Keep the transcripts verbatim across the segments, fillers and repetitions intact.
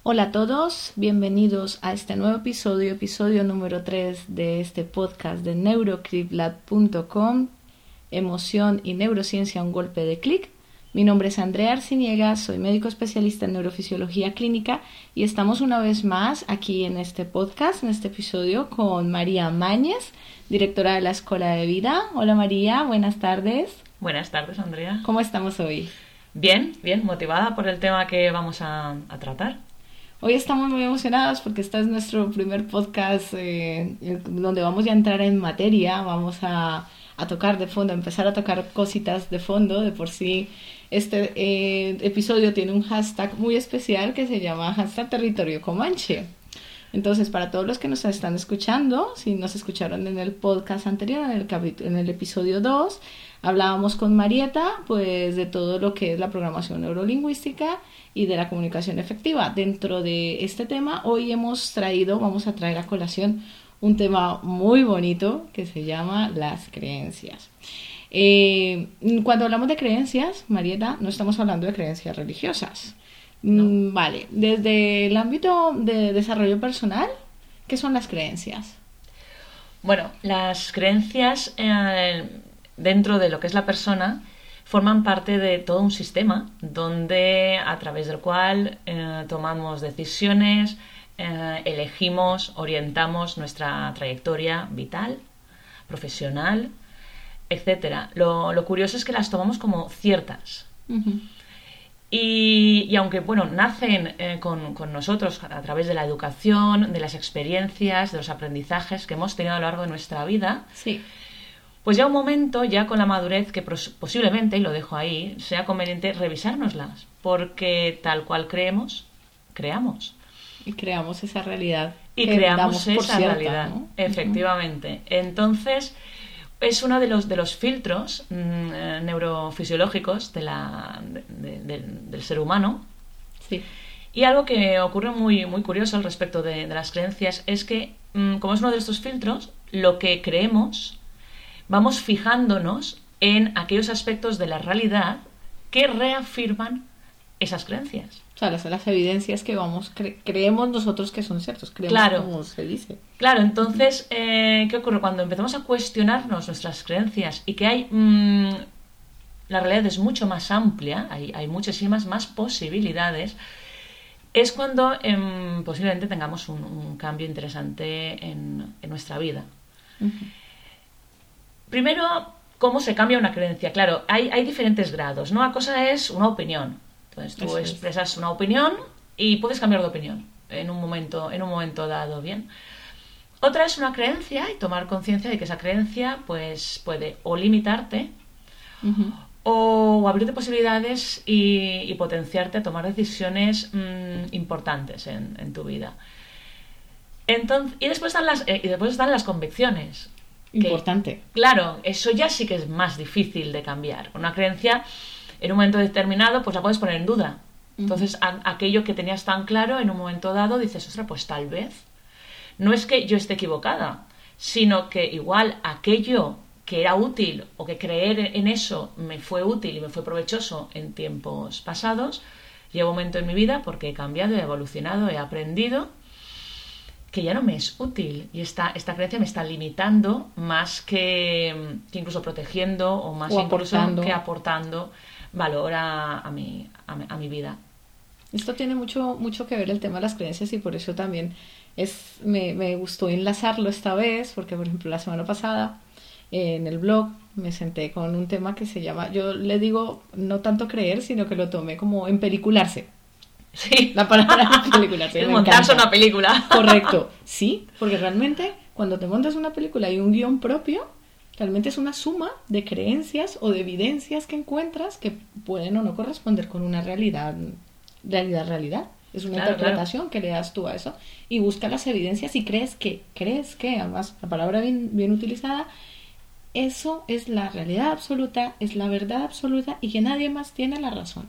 Hola a todos, bienvenidos a este nuevo episodio, episodio número tres de este podcast de neurocliplab punto com, emoción y neurociencia a un golpe de clic. Mi nombre es Andrea Arciniega, soy médico especialista en neurofisiología clínica y estamos una vez más aquí en este podcast, en este episodio, con María Mañez, directora de la Escuela de Vida. Hola María, buenas tardes. Buenas tardes, Andrea. ¿Cómo estamos hoy? Bien, bien, motivada por el tema que vamos a, a tratar. Hoy estamos muy emocionados porque este es nuestro primer podcast eh, donde vamos a entrar en materia, vamos a, a tocar de fondo, a empezar a tocar cositas de fondo. De por sí, este eh, episodio tiene un hashtag muy especial que se llama hashtag Territorio Comanche. Entonces, para todos los que nos están escuchando, si nos escucharon en el podcast anterior, en el, capítulo, en el episodio dos, hablábamos con Marieta pues de todo lo que es la programación neurolingüística y de la comunicación efectiva. Dentro de este tema, hoy hemos traído, vamos a traer a colación un tema muy bonito que se llama las creencias. Eh, cuando hablamos de creencias, Marieta, no estamos hablando de creencias religiosas. No. Vale, desde el ámbito de desarrollo personal, ¿qué son las creencias? Bueno, las creencias eh, dentro de lo que es la persona forman parte de todo un sistema donde a través del cual eh, tomamos decisiones, eh, elegimos, orientamos nuestra trayectoria vital, profesional, etcétera. Lo, lo curioso es que las tomamos como ciertas. Uh-huh. Y, y aunque, bueno, nacen eh, con, con nosotros a través de la educación, de las experiencias, de los aprendizajes que hemos tenido a lo largo de nuestra vida, sí. Pues ya un momento, ya con la madurez, que pros- posiblemente, y lo dejo ahí, sea conveniente revisárnoslas, porque tal cual creemos, creamos. Y creamos esa realidad. Y creamos esa cierta, realidad, ¿no? Efectivamente. Uh-huh. Entonces, es uno de los, de los filtros mmm, neurofisiológicos de la, de, de, del ser humano. Sí. Y algo que ocurre muy, muy curioso al respecto de, de las creencias es que, mmm, como es uno de estos filtros, lo que creemos, vamos fijándonos en aquellos aspectos de la realidad que reafirman esas creencias. O sea, las, las evidencias que vamos cre- creemos nosotros que son ciertos, creemos claro, como se dice. Claro, entonces, eh, ¿qué ocurre? Cuando empezamos a cuestionarnos nuestras creencias y que hay... Mmm, la realidad es mucho más amplia, hay, hay muchísimas más posibilidades, es cuando eh, posiblemente tengamos un, un cambio interesante en, en nuestra vida. Uh-huh. Primero, ¿cómo se cambia una creencia? Claro, hay, hay diferentes grados, ¿no? Una cosa es una opinión. Entonces tú Eso expresas es. una opinión y puedes cambiar de opinión en un momento, en un momento dado, ¿bien? Otra es una creencia y tomar conciencia de que esa creencia pues, puede o limitarte uh-huh. o abrirte posibilidades y, y potenciarte a tomar decisiones mmm, importantes en, en tu vida. Entonces, y, después están las, eh, y después están las convicciones. Importante. Que, claro, eso ya sí que es más difícil de cambiar. Una creencia, en un momento determinado, pues la puedes poner en duda. Uh-huh. Entonces, a, aquello que tenías tan claro, en un momento dado, dices, ostras, pues tal vez. No es que yo esté equivocada, sino que igual aquello que era útil o que creer en eso me fue útil y me fue provechoso en tiempos pasados, llega un momento en mi vida porque he cambiado, he evolucionado, he aprendido, que ya no me es útil y esta, esta creencia me está limitando más que, que incluso protegiendo o más o incluso aportando. que aportando valor a, a, mi, a, mi, a mi vida. Esto tiene mucho, mucho que ver el tema de las creencias y por eso también es, me, me gustó enlazarlo esta vez, porque por ejemplo la semana pasada eh, en el blog me senté con un tema que se llama, yo le digo no tanto creer, sino que lo tomé como empelicularse. Sí. La palabra empelicularse. Es montarse una película. Correcto, sí, porque realmente cuando te montas una película y un guión propio, realmente es una suma de creencias o de evidencias que encuentras que pueden o no corresponder con una realidad, realidad, realidad. Es una claro, interpretación claro. que le das tú a eso y busca las evidencias y crees que, crees que, además la palabra bien, bien utilizada, eso es la realidad absoluta, es la verdad absoluta y que nadie más tiene la razón.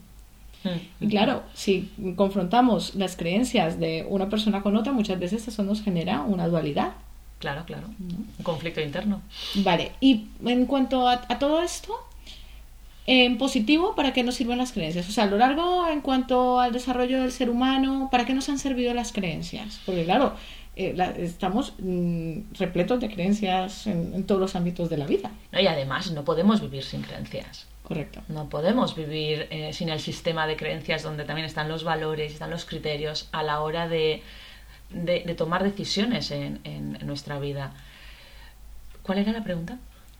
Y claro, si confrontamos las creencias de una persona con otra, muchas veces eso nos genera una dualidad. Claro, claro. ¿No? Un conflicto interno. Vale, y en cuanto a, a todo esto, En positivo, ¿para qué nos sirven las creencias? O sea, a lo largo, en cuanto al desarrollo del ser humano, ¿para qué nos han servido las creencias? Porque claro, eh, la, estamos mmm, repletos de creencias en, en todos los ámbitos de la vida. No, y además no podemos vivir sin creencias. Correcto. No podemos vivir eh, sin el sistema de creencias donde también están los valores, están los criterios a la hora de, de, de tomar decisiones en, en, en nuestra vida. ¿Cuál era la pregunta?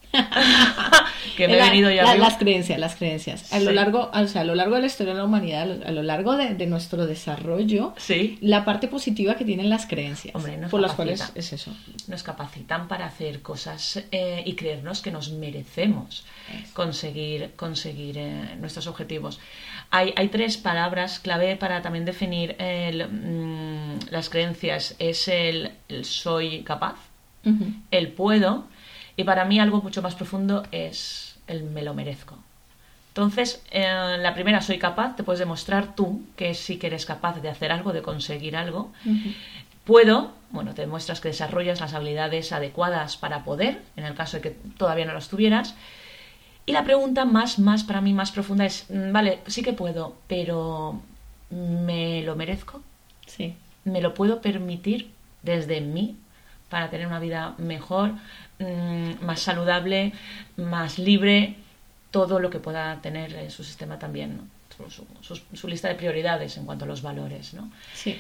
Que me la, he venido ya la, las creencias, las creencias. A sí. lo largo, o sea, a lo largo de la historia de la humanidad, a lo, a lo largo de, de nuestro desarrollo, sí. la parte positiva que tienen las creencias, Hombre, nos por las capacita. cuales es eso. Nos capacitan para hacer cosas eh, y creernos que nos merecemos eso. conseguir, conseguir eh, nuestros objetivos. Hay, hay tres palabras clave para también definir el, mmm, las creencias. Es el, el soy capaz, uh-huh. el puedo. Y para mí algo mucho más profundo es el me lo merezco. Entonces, eh, la primera, soy capaz, te puedes demostrar tú que sí que eres capaz de hacer algo, de conseguir algo. Uh-huh. Puedo, bueno, te demuestras que desarrollas las habilidades adecuadas para poder, en el caso de que todavía no las tuvieras. Y la pregunta más, más para mí, más profunda es, vale, sí que puedo, pero ¿me lo merezco? Sí. ¿Me lo puedo permitir desde mí para tener una vida mejor, más saludable, más libre, todo lo que pueda tener en su sistema también, ¿no? su, su, su lista de prioridades en cuanto a los valores, ¿no? Sí.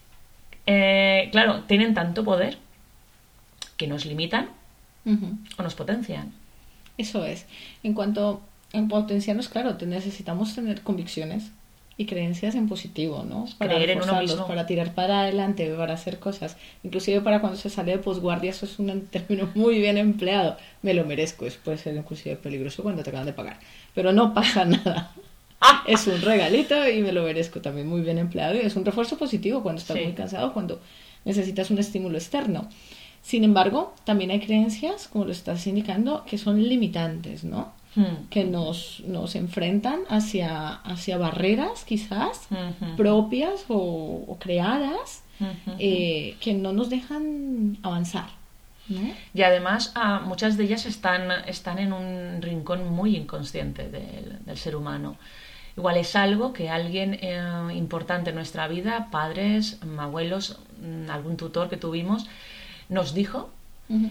Eh, claro, tienen tanto poder que nos limitan uh-huh. o nos potencian. Eso es. En cuanto a potenciarnos, claro, te necesitamos tener convicciones y creencias en positivo, ¿no? Para creer en uno mismo, para tirar para adelante, para hacer cosas. Inclusive para cuando se sale de posguardia, eso es un término muy bien empleado. Me lo merezco. Eso puede ser inclusive peligroso cuando te acaban de pagar. Pero no pasa nada. Es un regalito y me lo merezco. También muy bien empleado. Y es un refuerzo positivo cuando estás sí. muy cansado, cuando necesitas un estímulo externo. Sin embargo, también hay creencias, como lo estás indicando, que son limitantes, ¿no? Hmm. Que nos, nos enfrentan hacia, hacia barreras quizás uh-huh. propias o, o creadas uh-huh. eh, que no nos dejan avanzar, ¿no? Y además ah, muchas de ellas están, están en un rincón muy inconsciente del, del ser humano. Igual es algo que alguien eh, importante en nuestra vida, padres, abuelos, algún tutor que tuvimos, nos dijo. Uh-huh.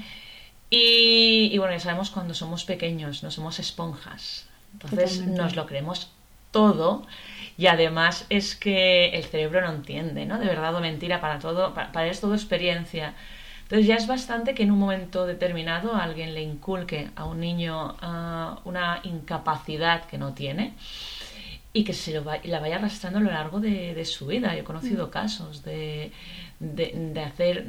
Y, y bueno, ya sabemos cuando somos pequeños, no somos esponjas. Entonces Totalmente. Nos lo creemos todo y además es que el cerebro no entiende, ¿no? De verdad o mentira, para todo, para, para es todo experiencia. Entonces ya es bastante que en un momento determinado alguien le inculque a un niño uh, una incapacidad que no tiene y que se lo va, la vaya arrastrando a lo largo de, de su vida. Yo he conocido mm. casos de, de, de hacer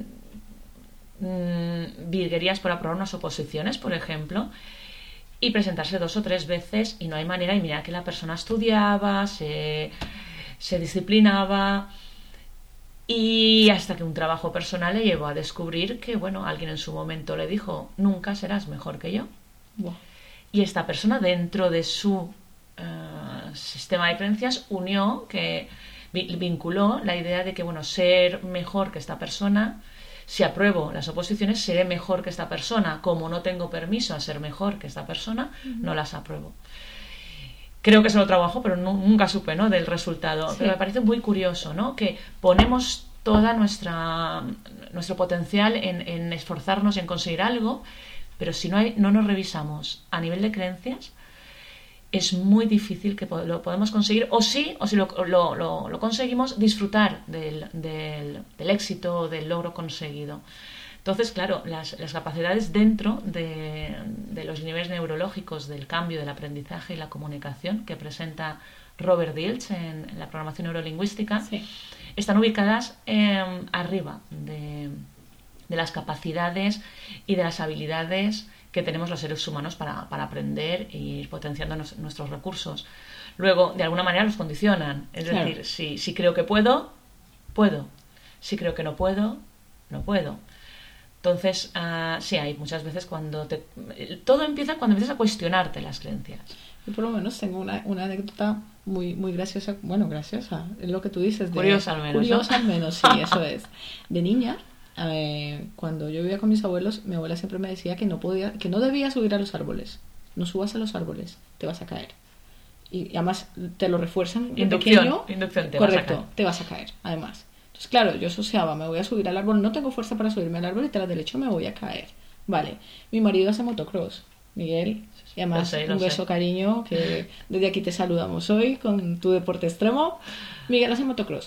mmm, virguerías por aprobar unas oposiciones, por ejemplo, y presentarse dos o tres veces y no hay manera, y mira que la persona estudiaba, se, se disciplinaba, y hasta que un trabajo personal le llevó a descubrir que, bueno, alguien en su momento le dijo, nunca serás mejor que yo. Wow. Y esta persona, dentro de su uh, sistema de creencias, unió, que vinculó la idea de que, bueno, ser mejor que esta persona, si apruebo las oposiciones, seré mejor que esta persona. Como no tengo permiso a ser mejor que esta persona, uh-huh. no las apruebo. Creo que se lo trabajo, pero no, nunca supe, ¿no?, del resultado. Sí. Pero me parece muy curioso, ¿no?, que ponemos toda nuestra nuestro potencial en, en esforzarnos y en conseguir algo, pero si no hay, no nos revisamos a nivel de creencias, es muy difícil que lo podamos conseguir, o sí, o si lo, lo, lo, lo conseguimos, disfrutar del, del, del éxito, del logro conseguido. Entonces, claro, las, las capacidades dentro de, de los niveles neurológicos del cambio, del aprendizaje y la comunicación que presenta Robert Dilts en, en la programación neurolingüística, sí. están ubicadas eh, arriba de, de las capacidades y de las habilidades que tenemos los seres humanos para, para aprender y ir potenciando nos, nuestros recursos. Luego, de alguna manera, los condicionan. Es claro. decir, si, si creo que puedo, puedo. Si creo que no puedo, no puedo. Entonces, uh, sí, hay muchas veces cuando te... Todo empieza cuando empiezas a cuestionarte las creencias. Yo por lo menos tengo una, una anécdota muy muy graciosa, bueno, graciosa, es lo que tú dices. De, curiosa al menos. Curiosa ¿no? al menos, sí, eso es. De niña, eh, cuando yo vivía con mis abuelos, mi abuela siempre me decía que no podía, que no debía subir a los árboles. No subas a los árboles, te vas a caer. y además te lo refuerzan de Inducción, pequeño, inducción, te correcto, vas a caer. te vas a caer, además. Entonces, claro, yo asociaba, me voy a subir al árbol, no tengo fuerza para subirme al árbol y tras del hecho me voy a caer. Vale, mi marido hace motocross, Miguel, y además Lo sé, lo un beso, sé. cariño, que desde aquí te saludamos hoy con tu deporte extremo. Miguel hace motocross.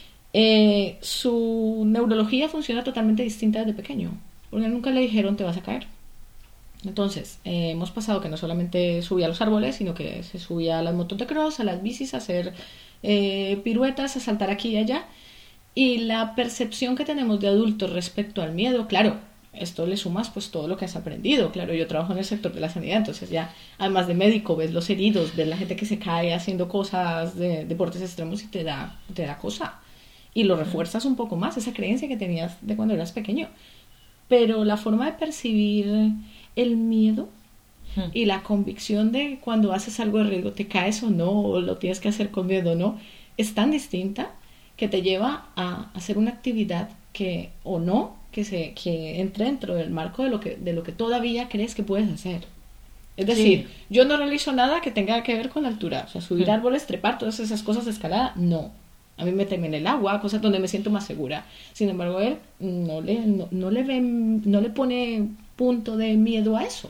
Eh, su neurología funciona totalmente distinta desde pequeño, porque nunca le dijeron te vas a caer. Entonces, eh, hemos pasado que no solamente subía a los árboles, sino que se subía a las motos de cross, a las bicis, a hacer eh, piruetas, a saltar aquí y allá. Y la percepción que tenemos de adultos respecto al miedo, claro, esto le sumas pues todo lo que has aprendido. Claro, yo trabajo en el sector de la sanidad, entonces ya, además de médico, ves los heridos, ves la gente que se cae haciendo cosas de deportes extremos y te da, te da cosa. Y lo refuerzas un poco más, esa creencia que tenías de cuando eras pequeño. Pero la forma de percibir el miedo Hmm. y la convicción de cuando haces algo de riesgo, te caes o no, o lo tienes que hacer con miedo o no, es tan distinta que te lleva a hacer una actividad que o no, que se que entre dentro del marco de lo que de lo que todavía crees que puedes hacer. Es decir, Sí. yo no realizo nada que tenga que ver con la altura, o sea, subir Hmm. árboles, trepar, todas esas cosas de escalada, no. A mí me teme en el agua, cosas donde me siento más segura. Sin embargo, él no le no, no le ve, no le pone punto de miedo a eso.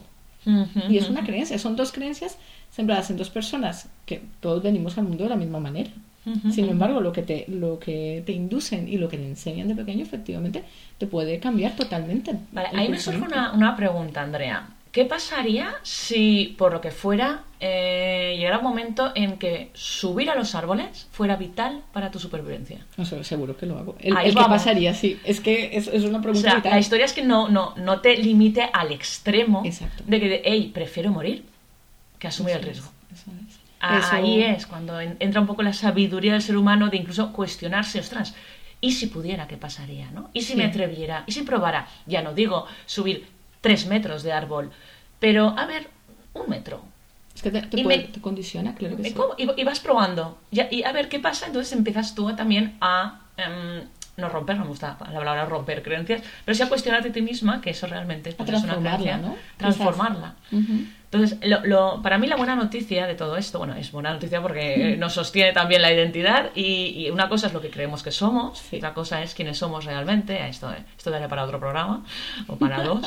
Y es una creencia, son dos creencias sembradas en dos personas que todos venimos al mundo de la misma manera. Sin embargo, lo que te lo que te inducen y lo que te enseñan de pequeño efectivamente te puede cambiar totalmente. Vale, el ahí me surge pensamiento. una, una pregunta, Andrea. ¿Qué pasaría si, por lo que fuera, eh, llegara un momento en que subir a los árboles fuera vital para tu supervivencia? No sé, seguro que lo hago. El, Ahí el que vamos. pasaría, sí. Es que es, es una O pregunta sea, vital. la historia es que no, no, no te limite al extremo Exacto. de que, hey, prefiero morir que asumir el Eso riesgo. es, eso es. A- Eso- Ahí es cuando en- entra un poco la sabiduría del ser humano de incluso cuestionarse, ostras, ¿y si pudiera qué pasaría? ¿No? ¿Y si Sí. me atreviera? ¿Y si probara? Ya no digo subir tres metros de árbol, pero a ver, un metro. Es que te, te Y puede- me- te condiciona, claro que ¿Y, sí. cómo? Y- y vas probando. Ya- y a ver qué pasa, entonces empiezas tú a- también a... em, no romper, no me gusta la palabra romper creencias, pero sí a cuestionarte a ti misma que eso realmente pues, A es una transformarla, creencia. ¿no? Transformarla. Ujú. Entonces, lo, lo- para mí la buena noticia de todo esto, bueno, es buena noticia porque eh, nos sostiene también la identidad y, y una cosa es lo que creemos que somos, Sí. otra cosa es quiénes somos realmente, esto, esto daría para otro programa o para dos.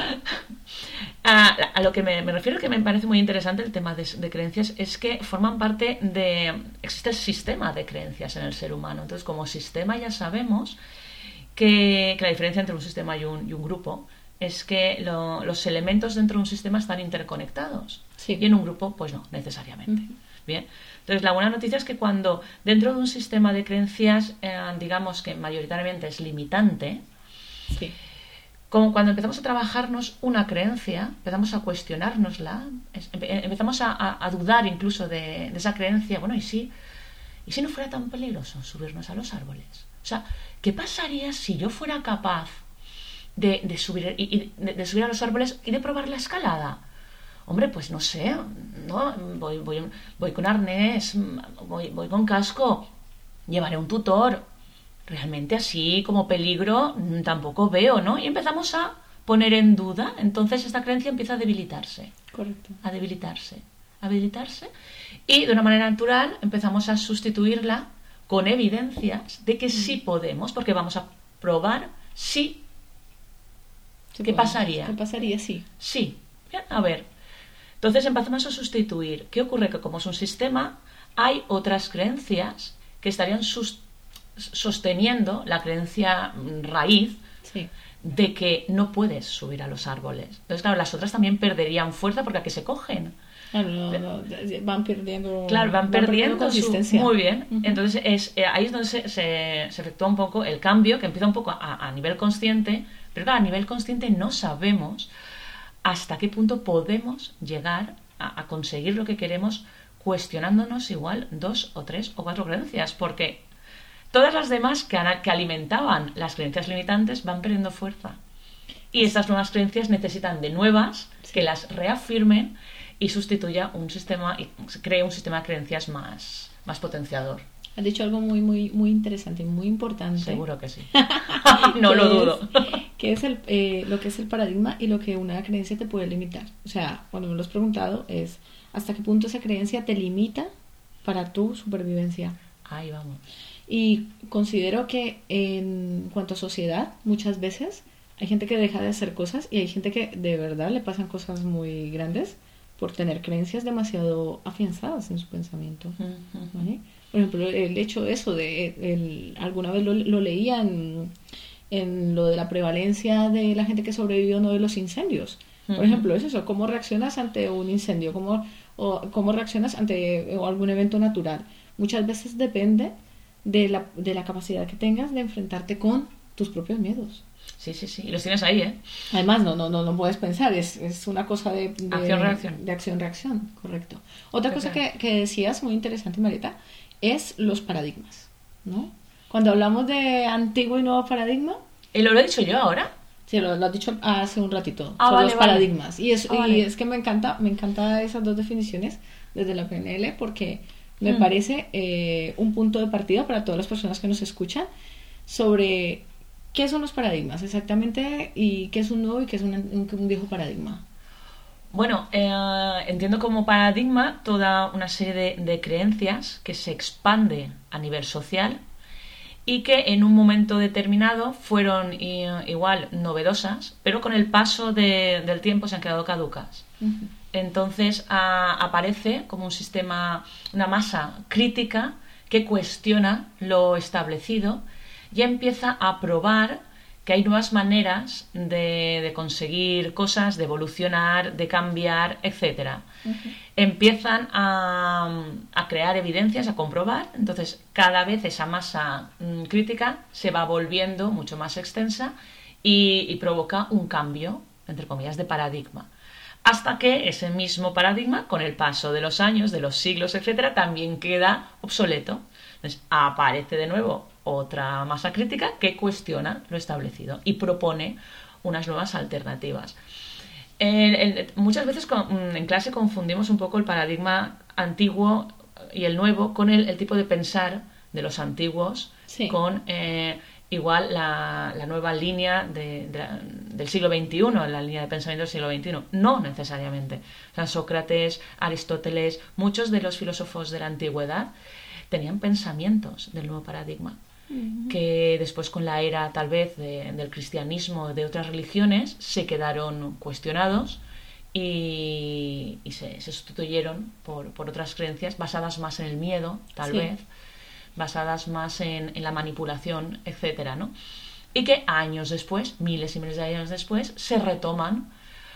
a, a lo que me, me refiero que me parece muy interesante el tema de, de creencias es que forman parte de... existe el sistema de creencias en el ser humano, entonces como sistema ya sabemos que, que la diferencia entre un sistema y un, y un grupo es que lo- los elementos dentro de un sistema están interconectados Sí. y en un grupo pues no, necesariamente. Ujú. Bien, entonces la buena noticia es que cuando dentro de un sistema de creencias, eh, digamos que mayoritariamente es limitante, Sí. como cuando empezamos a trabajarnos una creencia, empezamos a cuestionárnosla, es- empe- empezamos a, a- a dudar incluso de, de esa creencia, bueno, ¿y si, ¿y si no fuera tan peligroso subirnos a los árboles? O sea, ¿qué pasaría si yo fuera capaz de, de subir, y- y de, de subir a los árboles y de probar la escalada? Hombre, pues no sé, ¿no? Voy, voy, voy con arnés, voy, voy con casco, llevaré un tutor. Realmente así como peligro mm, tampoco veo, ¿no? Y empezamos a poner en duda, entonces esta creencia empieza a debilitarse, Correcto. a debilitarse, a debilitarse, y de una manera natural empezamos a sustituirla con evidencias de que sí podemos, porque vamos a probar sí, Sí, ¿Qué podemos. pasaría? ¿Qué pasaría? Sí. sí. Bien, a ver, entonces empezamos a sustituir. ¿Qué ocurre? Que como es un sistema, hay otras creencias que estarían sus- sosteniendo la creencia mm, raíz Sí. de que no puedes subir a los árboles. Entonces, claro, las otras también perderían fuerza porque a qué se cogen. Claro, no, no, van perdiendo. Claro, van, perdiendo, su- consistencia. Muy bien. Ujú. Entonces, es, eh, ahí es donde se, se, se efectúa un poco el cambio, que empieza un poco a, a nivel consciente, pero claro, a nivel consciente no sabemos hasta qué punto podemos llegar a, a conseguir lo que queremos cuestionándonos igual dos o tres o cuatro creencias, porque todas las demás que, ana- que alimentaban las creencias limitantes van perdiendo fuerza. Y estas nuevas creencias necesitan de nuevas que las reafirmen y sustituya un sistema y cree un sistema de creencias más, más potenciador. Has dicho algo muy, muy, muy interesante y muy importante. Seguro que sí. No lo dudo. Que es el, eh, lo que es el paradigma y lo que una creencia te puede limitar. O sea, cuando me lo has preguntado es hasta qué punto esa creencia te limita para tu supervivencia. Ahí vamos. Y considero que en cuanto a sociedad, muchas veces hay gente que deja de hacer cosas y hay gente que de verdad le pasan cosas muy grandes por tener creencias demasiado afianzadas en su pensamiento. ¿Vale? Por ejemplo, el hecho de eso, de el, alguna vez lo, lo leía en, en lo de la prevalencia de la gente que sobrevivió no de los incendios. Por uh-huh. ejemplo, es eso, cómo reaccionas ante un incendio, cómo, o, cómo reaccionas ante o algún evento natural. Muchas veces depende de la, de la capacidad que tengas de enfrentarte con tus propios miedos. Sí, sí, sí. Y los tienes ahí, ¿eh? Además, no, no, no, no puedes pensar, es, es una cosa de, de acción-reacción. De acción-reacción, correcto. Otra cosa que, que decías, muy interesante, Marieta, es los paradigmas, ¿no? Cuando hablamos de antiguo y nuevo paradigma... ¿Y lo, lo he dicho yo ahora? Sí, lo, lo has dicho hace un ratito. Ah, son vale, los vale. paradigmas. Y, es, ah, y vale. es que me encanta, me encanta esas dos definiciones desde la P N L porque me mm. parece eh, un punto de partida para todas las personas que nos escuchan sobre qué son los paradigmas exactamente y qué es un nuevo y qué es un, un, un viejo paradigma. Bueno, eh, entiendo como paradigma toda una serie de, de creencias que se expande a nivel social y que en un momento determinado fueron i, igual novedosas, pero con el paso de, del tiempo se han quedado caducas. Uh-huh. Entonces a, aparece como un sistema, una masa crítica que cuestiona lo establecido y empieza a probar que hay nuevas maneras de, de conseguir cosas, de evolucionar, de cambiar, etcétera. Uh-huh. Empiezan a, a crear evidencias, a comprobar. Entonces, cada vez esa masa mm, crítica se va volviendo mucho más extensa y, y provoca un cambio, entre comillas, de paradigma. Hasta que ese mismo paradigma, con el paso de los años, de los siglos, etcétera, también queda obsoleto. Entonces, aparece de nuevo otra masa crítica que cuestiona lo establecido y propone unas nuevas alternativas. El, el, muchas veces con, en clase confundimos un poco el paradigma antiguo y el nuevo con el, el tipo de pensar de los antiguos, sí. con eh, igual la, la nueva línea de, de la, del siglo veintiuno, la línea de pensamiento del siglo veintiuno. No necesariamente. O sea, Sócrates, Aristóteles, muchos de los filósofos de la antigüedad tenían pensamientos del nuevo paradigma, uh-huh. que después con la era tal vez de, del cristianismo, de otras religiones, se quedaron cuestionados y, y se, se sustituyeron por, por otras creencias basadas más en el miedo, tal sí. vez, basadas más en, en la manipulación, etcétera, ¿no? Y que años después, miles y miles de años después, se retoman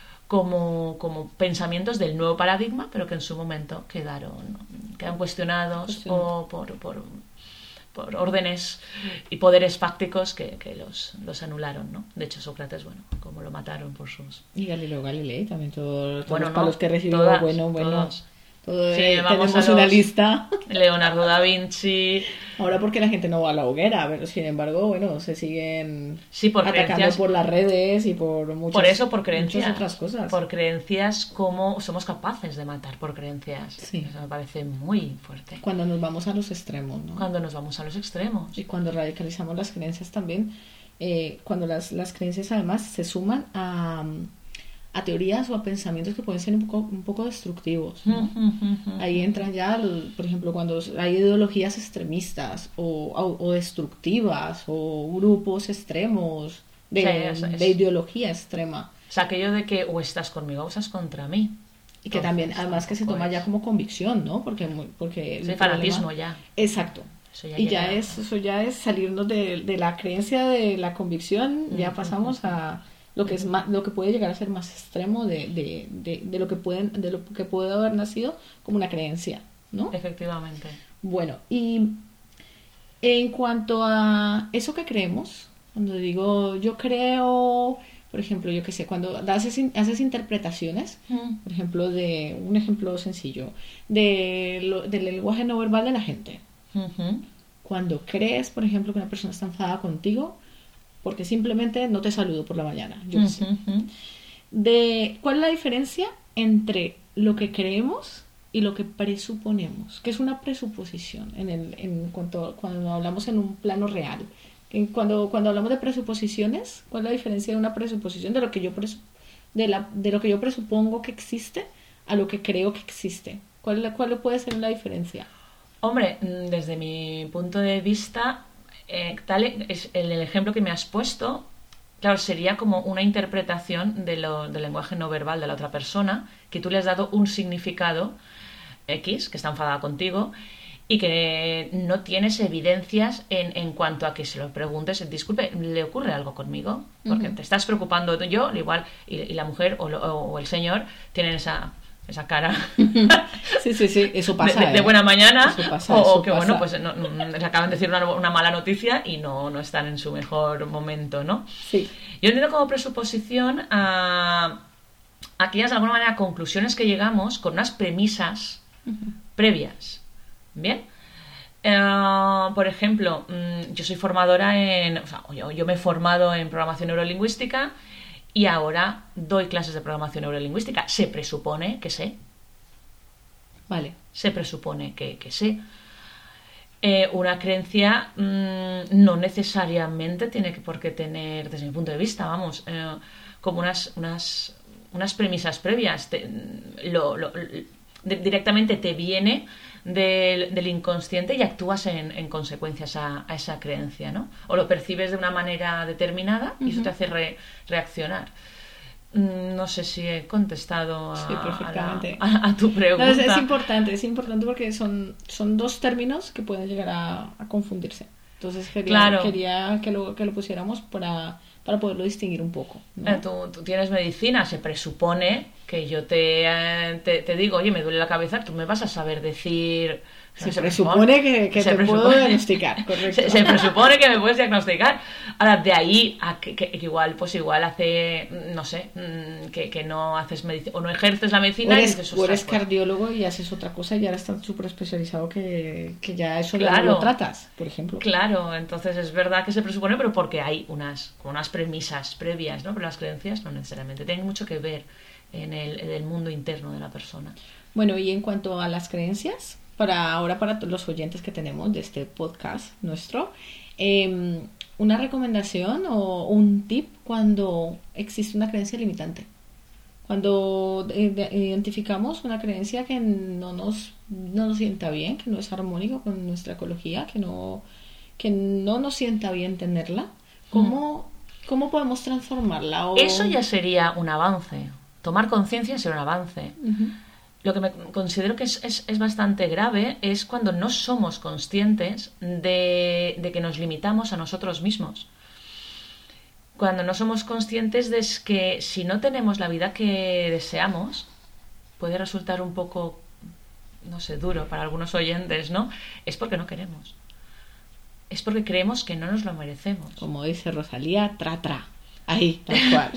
como, como pensamientos del nuevo paradigma, pero que en su momento quedaron, quedan cuestionados sí. o por, por, por órdenes y poderes fácticos que, que los, los anularon, ¿no? De hecho, Sócrates, bueno, como lo mataron por sus... Y Galileo Galilei también, todos, todos bueno, los palos no, que recibió, todas, bueno, bueno... Todos. Todo, sí, eh, vamos tenemos a una los, lista. Leonardo da Vinci. Ahora porque la gente no va a la hoguera, pero sin embargo, bueno, se siguen sí, por atacando creencias, por las redes y por muchas, por eso, por creencias, muchas otras cosas. Por creencias como somos capaces de matar por creencias. Sí. Eso me parece muy fuerte. Cuando nos vamos a los extremos, ¿no? Cuando nos vamos a los extremos. Y cuando radicalizamos las creencias también, eh, cuando las, las creencias además se suman a... a teorías o a pensamientos que pueden ser un poco, un poco destructivos, ¿no? Ahí entran ya, los, por ejemplo, cuando hay ideologías extremistas o, o, o destructivas o grupos extremos de, sí, es, es. de ideología extrema. O sea, aquello de que o estás conmigo o estás contra mí. Y que Entonces, también, además que se toma pues... ya como convicción, ¿no? Porque, porque sí, fanatismo ya. Exacto. Ya y ya es, eso ya es salirnos de, de la creencia de la convicción, uh-huh. ya pasamos a lo que es más, lo que puede llegar a ser más extremo de, de, de, de lo que pueden, de lo que puede haber nacido como una creencia, ¿no? Efectivamente. Bueno, y en cuanto a eso que creemos, cuando digo yo creo, por ejemplo, yo qué sé, cuando haces, haces interpretaciones, mm. por ejemplo, de un ejemplo sencillo, de lo, del lenguaje no verbal de la gente. Uh-huh. Cuando crees, por ejemplo, que una persona está enfadada contigo, porque simplemente no te saludo por la mañana, yo uh-huh. sé. De, ¿cuál es la diferencia entre lo que creemos y lo que presuponemos, que es una presuposición en el, en cuanto, cuando hablamos en un plano real. En cuando, cuando hablamos de presuposiciones, ¿cuál es la diferencia de una presuposición de lo que yo presu- de, la, de lo que yo presupongo que existe a lo que creo que existe? ¿Cuál, cuál puede ser la diferencia? Hombre, desde mi punto de vista, eh, tal es el, el ejemplo que me has puesto, claro, sería como una interpretación de lo, del lenguaje no verbal de la otra persona, que tú le has dado un significado X, que está enfadada contigo, y que no tienes evidencias en, en cuanto a que se lo preguntes, disculpe, ¿le ocurre algo conmigo? Porque uh-huh. te estás preocupando yo, igual, y, y la mujer o, lo, o el señor tienen esa... esa cara sí, sí, sí, eso pasa, de, de, de buena mañana, eso pasa, o, eso o que pasa. bueno, pues no, no, les acaban de decir una, una mala noticia y no, no están en su mejor momento, ¿no? Sí. Yo entiendo como presuposición a aquellas de alguna manera conclusiones que llegamos con unas premisas uh-huh. previas, ¿bien? Uh, por ejemplo, yo soy formadora en, o sea, yo, yo me he formado en programación neurolingüística y ahora doy clases de programación neurolingüística. Se presupone que sé. Vale. Se presupone que, que sé. Eh, una creencia mmm, no necesariamente tiene que, por qué tener, desde mi punto de vista, vamos, eh, como unas, unas, unas premisas previas. Te, lo, lo, de, directamente te viene del, del inconsciente y actúas en, en consecuencias a, a esa creencia, ¿no? O lo percibes de una manera determinada y uh-huh. eso te hace re, reaccionar. No sé si he contestado a, sí, perfectamente. A, la, a, a tu pregunta. No, es, es importante, es importante porque son, son dos términos que pueden llegar a, a confundirse. Entonces quería, claro. quería que, lo, que lo pusiéramos para, para poderlo distinguir un poco, ¿no? Eh, tú, tú tienes medicina, se presupone que yo te, eh, te, te digo, oye, me duele la cabeza, tú me vas a saber decir... Se, se presupone que, que se te presupone, puedo diagnosticar, correcto. Se, se presupone que me puedes diagnosticar. Ahora, de ahí a que, que, que igual, pues igual hace, no sé, que, que no haces medicina, o no ejerces la medicina. O eres, y dices, o eres pues, cardiólogo y haces otra cosa y ahora estás súper especializado que, que ya eso claro, ya no lo tratas, por ejemplo. Claro, entonces es verdad que se presupone, pero porque hay unas, unas premisas previas, ¿no? Pero las creencias no necesariamente tienen mucho que ver en el, en el mundo interno de la persona. Bueno, y en cuanto a las creencias, para ahora para los oyentes que tenemos de este podcast nuestro, eh, una recomendación o un tip cuando existe una creencia limitante, cuando eh, identificamos una creencia que no nos, no nos sienta bien, que no es armónico con nuestra ecología, que no, que no nos sienta bien tenerla, ¿cómo, mm. ¿cómo podemos transformarla? O... Eso ya sería un avance. Tomar conciencia sería un avance. Uh-huh. Lo que me considero que es, es, es bastante grave es cuando no somos conscientes de, de que nos limitamos a nosotros mismos. Cuando no somos conscientes de que si no tenemos la vida que deseamos, puede resultar un poco, no sé, duro para algunos oyentes, ¿no? Es porque no queremos. Es porque creemos que no nos lo merecemos. Como dice Rosalía, tra, tra. Ahí, tal cual.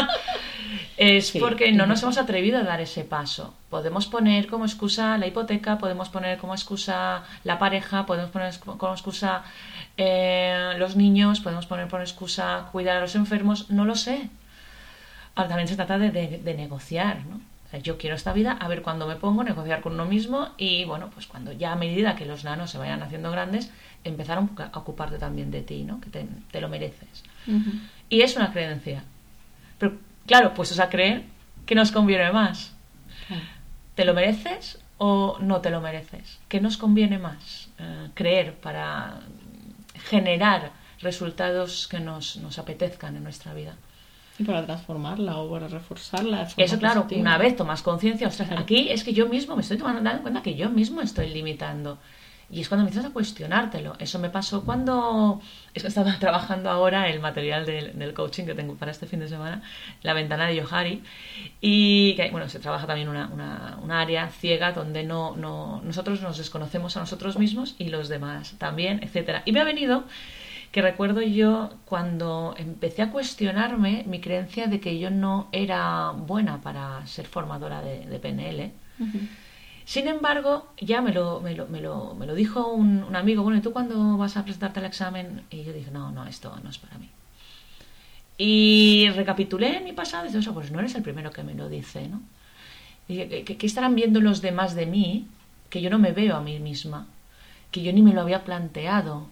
Es sí, porque no nos hemos atrevido a dar ese paso. Podemos poner como excusa la hipoteca, podemos poner como excusa la pareja, podemos poner como excusa eh, los niños, podemos poner como excusa cuidar a los enfermos, no lo sé. Ahora también se trata de, de, de negociar, ¿no? O sea, yo quiero esta vida, a ver cuándo me pongo, negociar con uno mismo y, bueno, pues cuando ya a medida que los nanos se vayan haciendo grandes, empezar a ocuparte también de ti, ¿no? Que te, te lo mereces. Uh-huh. Y es una creencia. Pero, claro, pues a creer que nos conviene más. Uh-huh. ¿Te lo mereces o no te lo mereces? ¿Qué nos conviene más? Eh, creer para generar resultados que nos, nos apetezcan en nuestra vida. Y para transformarla o para reforzarla. Eso, claro, positiva. Una vez tomas conciencia, ostras, aquí es que yo mismo me estoy tomando dando cuenta que yo mismo estoy limitando. Y es cuando empiezas a cuestionártelo. Eso me pasó cuando estaba trabajando ahora el material del, del coaching que tengo para este fin de semana, la ventana de Johari, y que, bueno, se trabaja también una, una, una área ciega donde no, no nosotros nos desconocemos a nosotros mismos y los demás también, etcétera. Y me ha venido que recuerdo yo cuando empecé a cuestionarme mi creencia de que yo no era buena para ser formadora de, de P N L. Uh-huh. Sin embargo, ya me lo, me lo, me lo, me lo dijo un, un amigo, bueno, ¿y tú cuándo vas a presentarte el examen? Y yo dije, no, no, esto no es para mí. Y recapitulé en mi pasado y dije, pues no eres el primero que me lo dice, ¿no? ¿Qué, qué estarán viendo los demás de mí que yo no me veo a mí misma? Que yo ni me lo había planteado.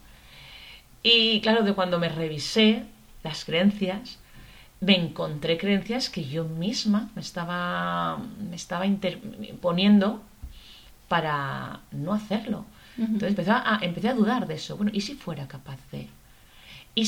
Y claro, de cuando me revisé las creencias, me encontré creencias que yo misma me estaba, me estaba poniendo para no hacerlo. Uh-huh. Entonces empecé a, empecé a dudar de eso. Bueno, ¿y si fuera capaz de? ¿Y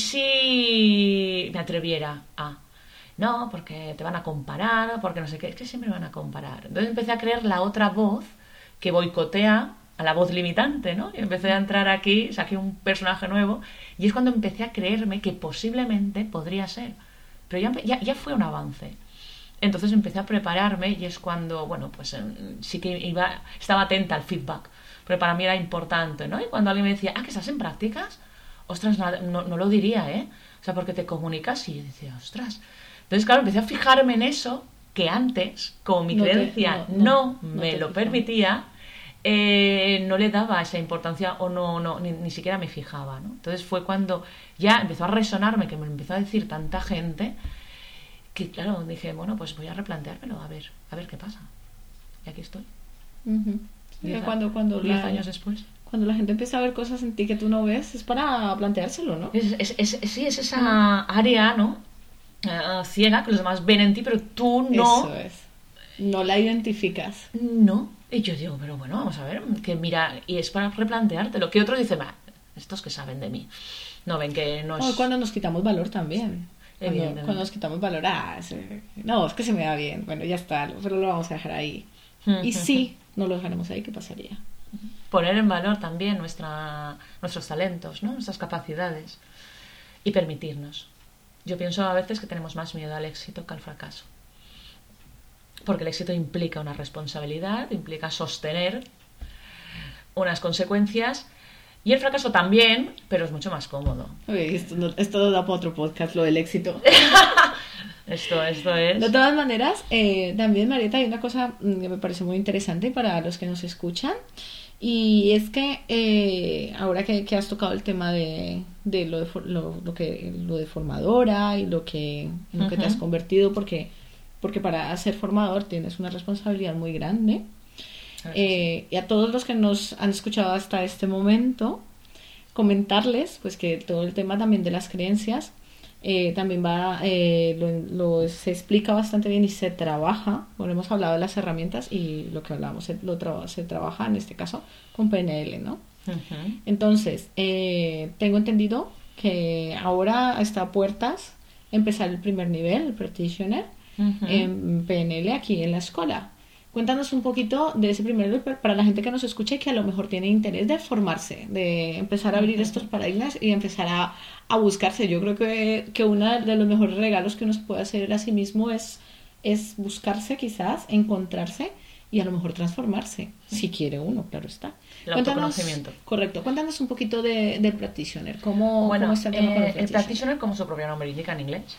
si me atreviera a? No, porque te van a comparar, porque no sé qué. Es que siempre me van a comparar. Entonces empecé a creer la otra voz que boicotea a la voz limitante, ¿no? Y empecé a entrar aquí, saqué un personaje nuevo, y es cuando empecé a creerme que posiblemente podría ser. Pero ya, ya, ya fue un avance. Entonces empecé a prepararme y es cuando, bueno, pues sí que iba, estaba atenta al feedback, porque para mí era importante, ¿no? Y cuando alguien me decía, ah, ¿que estás en prácticas? Ostras, no, no, no lo diría, ¿eh? O sea, porque te comunicas y yo decía, ostras. Entonces, claro, empecé a fijarme en eso que antes, como mi no creencia te, no, no, no me no lo permitía, eh, no le daba esa importancia o no, no ni, ni siquiera me fijaba, ¿no? Entonces fue cuando ya empezó a resonarme, que me empezó a decir tanta gente, que claro, dije, bueno, pues voy a replanteármelo, a ver, a ver qué pasa. Y aquí estoy. Uh-huh. Sí, diez, cuando, cuando diez la, años después. Cuando la gente empieza a ver cosas en ti que tú no ves, es para planteárselo, ¿no? Es, es, es, sí, es esa uh-huh. área, ¿no? Uh, ciega, que los demás ven en ti, pero tú no. Eso es. No la identificas. No. Y yo digo, pero bueno, vamos a ver, que mira, y es para replanteártelo. Que otros dicen, estos que saben de mí. No ven que no es. O cuando nos quitamos valor también. Cuando, cuando nos quitamos valor, ah, se... no, es que se me da bien. Bueno, ya está, pero lo vamos a dejar ahí. Y si no lo dejaremos ahí, ¿qué pasaría? Poner en valor también nuestra, nuestros talentos, ¿no? Nuestras capacidades. Y permitirnos. Yo pienso a veces que tenemos más miedo al éxito que al fracaso. Porque el éxito implica una responsabilidad, implica sostener unas consecuencias, y el fracaso también, pero es mucho más cómodo. Oye, esto, no, esto da para otro podcast, lo del éxito. esto, esto es... De todas maneras, eh, también, Marieta, hay una cosa que me parece muy interesante para los que nos escuchan, y es que eh, ahora que, que has tocado el tema de, de, lo, de lo, lo, que, lo de formadora y lo que, en lo uh-huh. que te has convertido, porque... porque para ser formador tienes una responsabilidad muy grande. Eh, y a todos los que nos han escuchado hasta este momento, comentarles pues que todo el tema también de las creencias eh, también va eh, lo, lo, se explica bastante bien y se trabaja. Bueno, hemos hablado de las herramientas y lo que hablamos se, lo tra- se trabaja en este caso con P N L, ¿no? Uh-huh. Entonces, eh, tengo entendido que ahora está a puertas empezar el primer nivel, el practitioner, Uh-huh. en P N L aquí en la escuela. Cuéntanos un poquito de ese primer nivel para la gente que nos escucha y que a lo mejor tiene interés de formarse, de empezar a abrir uh-huh. estos paradigmas y empezar a, a buscarse. Yo creo que, que uno de los mejores regalos que uno se puede hacer a sí mismo es, es buscarse quizás, encontrarse y a lo mejor transformarse, uh-huh. si quiere uno, claro está. El autoconocimiento. Correcto. Cuéntanos un poquito de, del practitioner. ¿Cómo, bueno, cómo está el tema eh, con el practitioner? El practitioner, como su propio nombre indica en inglés,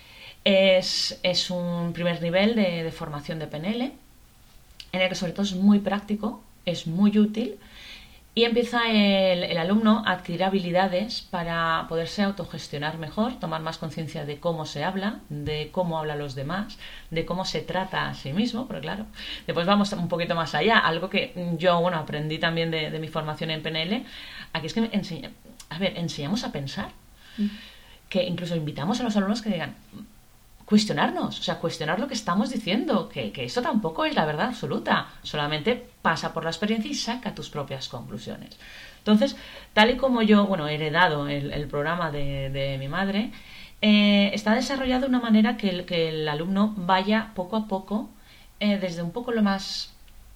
Es, es un primer nivel de, de formación de P N L, en el que sobre todo es muy práctico, es muy útil, y empieza el, el alumno a adquirir habilidades para poderse autogestionar mejor, tomar más conciencia de cómo se habla, de cómo habla a los demás, de cómo se trata a sí mismo, pero claro, después vamos un poquito más allá, algo que yo bueno aprendí también de, de mi formación en P N L, aquí es que enseña, a ver, enseñamos a pensar, mm. que incluso invitamos a los alumnos que digan, cuestionarnos, o sea, cuestionar lo que estamos diciendo, que, que eso tampoco es la verdad absoluta, solamente pasa por la experiencia y saca tus propias conclusiones. Entonces, tal y como yo, bueno, he heredado el, el programa de, de mi madre, eh, está desarrollado de una manera que el, que el alumno vaya poco a poco, eh, desde un poco lo más,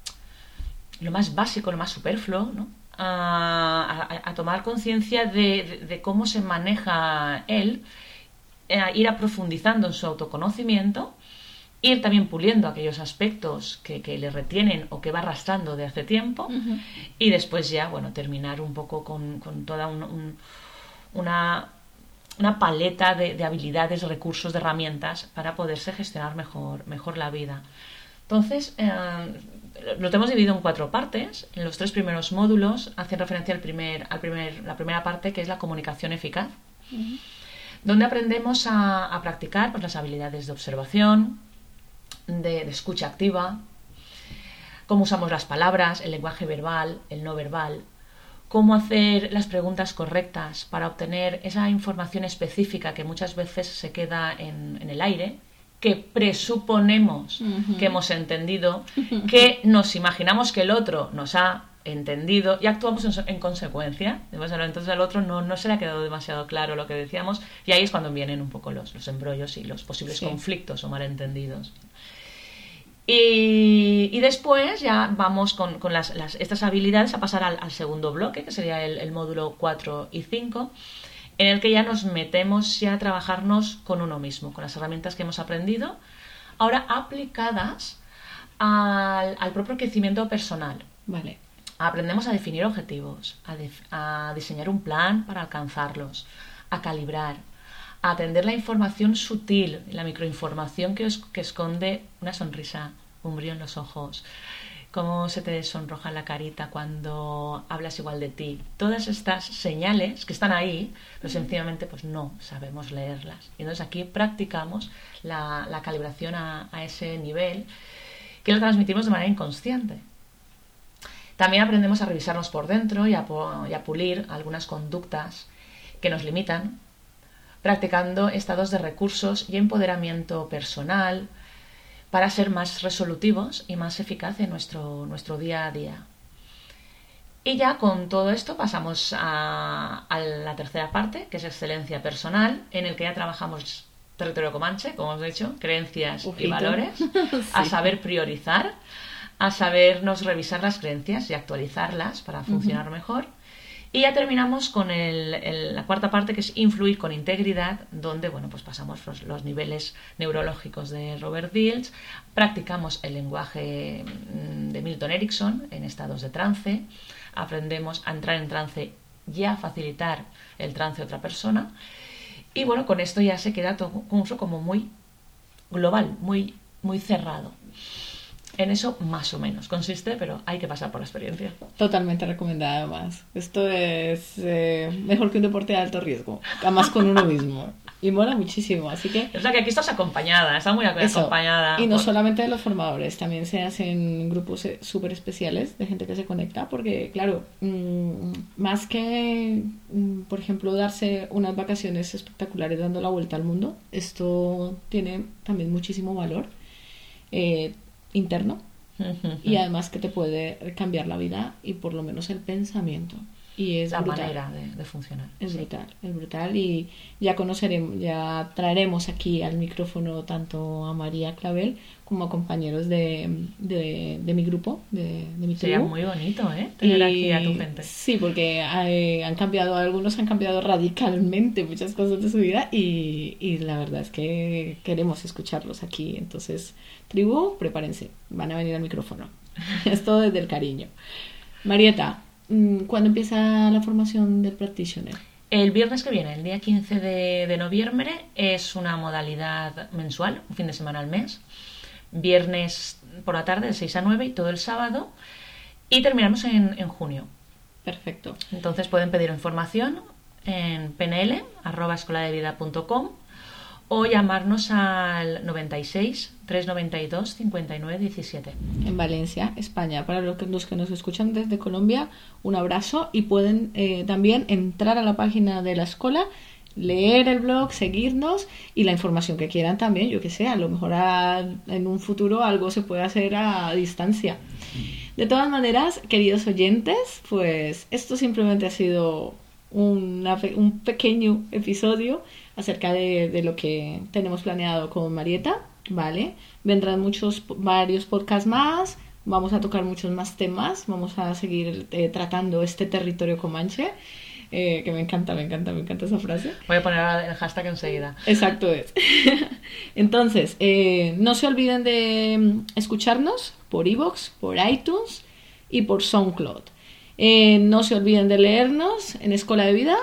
lo más básico, lo más superfluo, ¿no? a, a, a tomar conciencia de, de, de cómo se maneja él, ir aprofundizando en su autoconocimiento, ir también puliendo aquellos aspectos que, que le retienen o que va arrastrando de hace tiempo, uh-huh. y después ya, bueno, terminar un poco con, con toda un, un, una, una paleta de, de habilidades, recursos, de herramientas para poderse gestionar mejor, mejor la vida. Entonces, eh, lo tenemos dividido en cuatro partes. En los tres primeros módulos hacen referencia al primer, al primer, la primera parte, que es la comunicación eficaz, uh-huh. donde aprendemos a, a practicar pues, las habilidades de observación, de, de escucha activa, cómo usamos las palabras, el lenguaje verbal, el no verbal, cómo hacer las preguntas correctas para obtener esa información específica que muchas veces se queda en, en el aire, que presuponemos uh-huh. que hemos entendido, que nos imaginamos que el otro nos ha entendido y actuamos en, en consecuencia. Entonces al otro no, no se le ha quedado demasiado claro lo que decíamos, y ahí es cuando vienen un poco los, los embrollos y los posibles sí. conflictos o malentendidos. Y, y después ya vamos con, con las, las, estas habilidades a pasar al, al segundo bloque, que sería el, el módulo cuatro y cinco, en el que ya nos metemos ya a trabajarnos con uno mismo, con las herramientas que hemos aprendido, ahora aplicadas al, al propio crecimiento personal. Vale. Aprendemos a definir objetivos, a, de, a diseñar un plan para alcanzarlos, a calibrar, a atender la información sutil, la microinformación que, es, que esconde una sonrisa, un brillo en los ojos, cómo se te sonroja la carita cuando hablas igual de ti. Todas estas señales que están ahí, pero sencillamente pues no sabemos leerlas. Y entonces aquí practicamos la, la calibración a, a ese nivel, que lo transmitimos de manera inconsciente. También aprendemos a revisarnos por dentro y a, y a pulir algunas conductas que nos limitan, practicando estados de recursos y empoderamiento personal para ser más resolutivos y más eficaces en nuestro, nuestro día a día. Y ya con todo esto pasamos a, a la tercera parte, que es excelencia personal, en el que ya trabajamos territorio comanche, como hemos dicho, creencias Ujito. y valores, sí. a saber priorizar, a sabernos revisar las creencias y actualizarlas para funcionar uh-huh. mejor. Y ya terminamos con el, el, la cuarta parte, que es influir con integridad, donde bueno, pues pasamos los, los niveles neurológicos de Robert Dilts, practicamos el lenguaje de Milton Erickson en estados de trance, aprendemos a entrar en trance y a facilitar el trance de otra persona. Y bueno, con esto ya se queda todo un uso como muy global, muy, muy cerrado. En eso más o menos consiste, pero hay que pasar por la experiencia. Totalmente recomendada además. Esto es eh, mejor que un deporte de alto riesgo, además con uno mismo. Y mola muchísimo, así que... O sea que aquí estás acompañada, estás muy eso. acompañada. Y no por... solamente de los formadores, también se hacen grupos súper especiales de gente que se conecta, porque claro, mmm, más que, mmm, por ejemplo, darse unas vacaciones espectaculares dando la vuelta al mundo, esto tiene también muchísimo valor. Eh, interno uh-huh. y además que te puede cambiar la vida y por lo menos el pensamiento, y es la brutal. manera de, de funcionar es sí. brutal, es brutal y ya conoceremos, ya traeremos aquí al micrófono tanto a María Clavel como a compañeros de, de, de mi grupo, de, de mi tribu. Sería muy bonito, ¿eh? Tener y, aquí a tu gente. Sí, porque hay, han cambiado, algunos han cambiado radicalmente muchas cosas de su vida y, y la verdad es que queremos escucharlos aquí. Entonces, tribu, prepárense, van a venir al micrófono. Es todo desde el cariño. Marieta, ¿cuándo empieza la formación del practitioner? El viernes que viene, el día quince de, de noviembre, es una modalidad mensual, un fin de semana al mes. Viernes por la tarde de seis a nueve y todo el sábado, y terminamos en, en junio. Perfecto. Entonces pueden pedir información en pnl arroba escuela de vida punto com o llamarnos al noventa y seis, trescientos noventa y dos, cincuenta y nueve diecisiete. En Valencia, España. Para los que, los que nos escuchan desde Colombia, un abrazo, y pueden eh, también entrar a la página de la escuela, leer el blog, seguirnos y la información que quieran también, yo que sé, a lo mejor a, en un futuro algo se puede hacer a distancia. De todas maneras, queridos oyentes, pues esto simplemente ha sido una, un pequeño episodio acerca de, de lo que tenemos planeado con Marieta, ¿vale? Vendrán muchos, varios podcasts más, vamos a tocar muchos más temas, vamos a seguir eh, tratando este territorio comanche. Eh, que me encanta, me encanta, me encanta esa frase. Voy a poner el hashtag enseguida. Exacto es. Entonces, eh, no se olviden de escucharnos por iVoox, por iTunes y por SoundCloud. Eh, no se olviden de leernos en Escuela de Vida,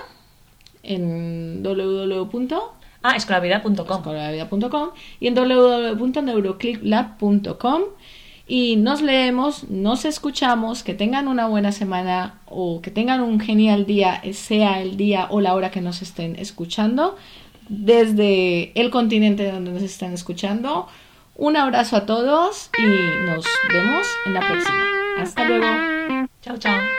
en doble u doble u doble u Ah, escuela de vida punto com. escuela de vida punto com y en doble u doble u doble u punto neurocliplab punto com. Y nos leemos, nos escuchamos, que tengan una buena semana o que tengan un genial día, sea el día o la hora que nos estén escuchando, desde el continente donde nos estén escuchando, Un abrazo a todos y nos vemos en la próxima. Hasta luego. Chao, chao.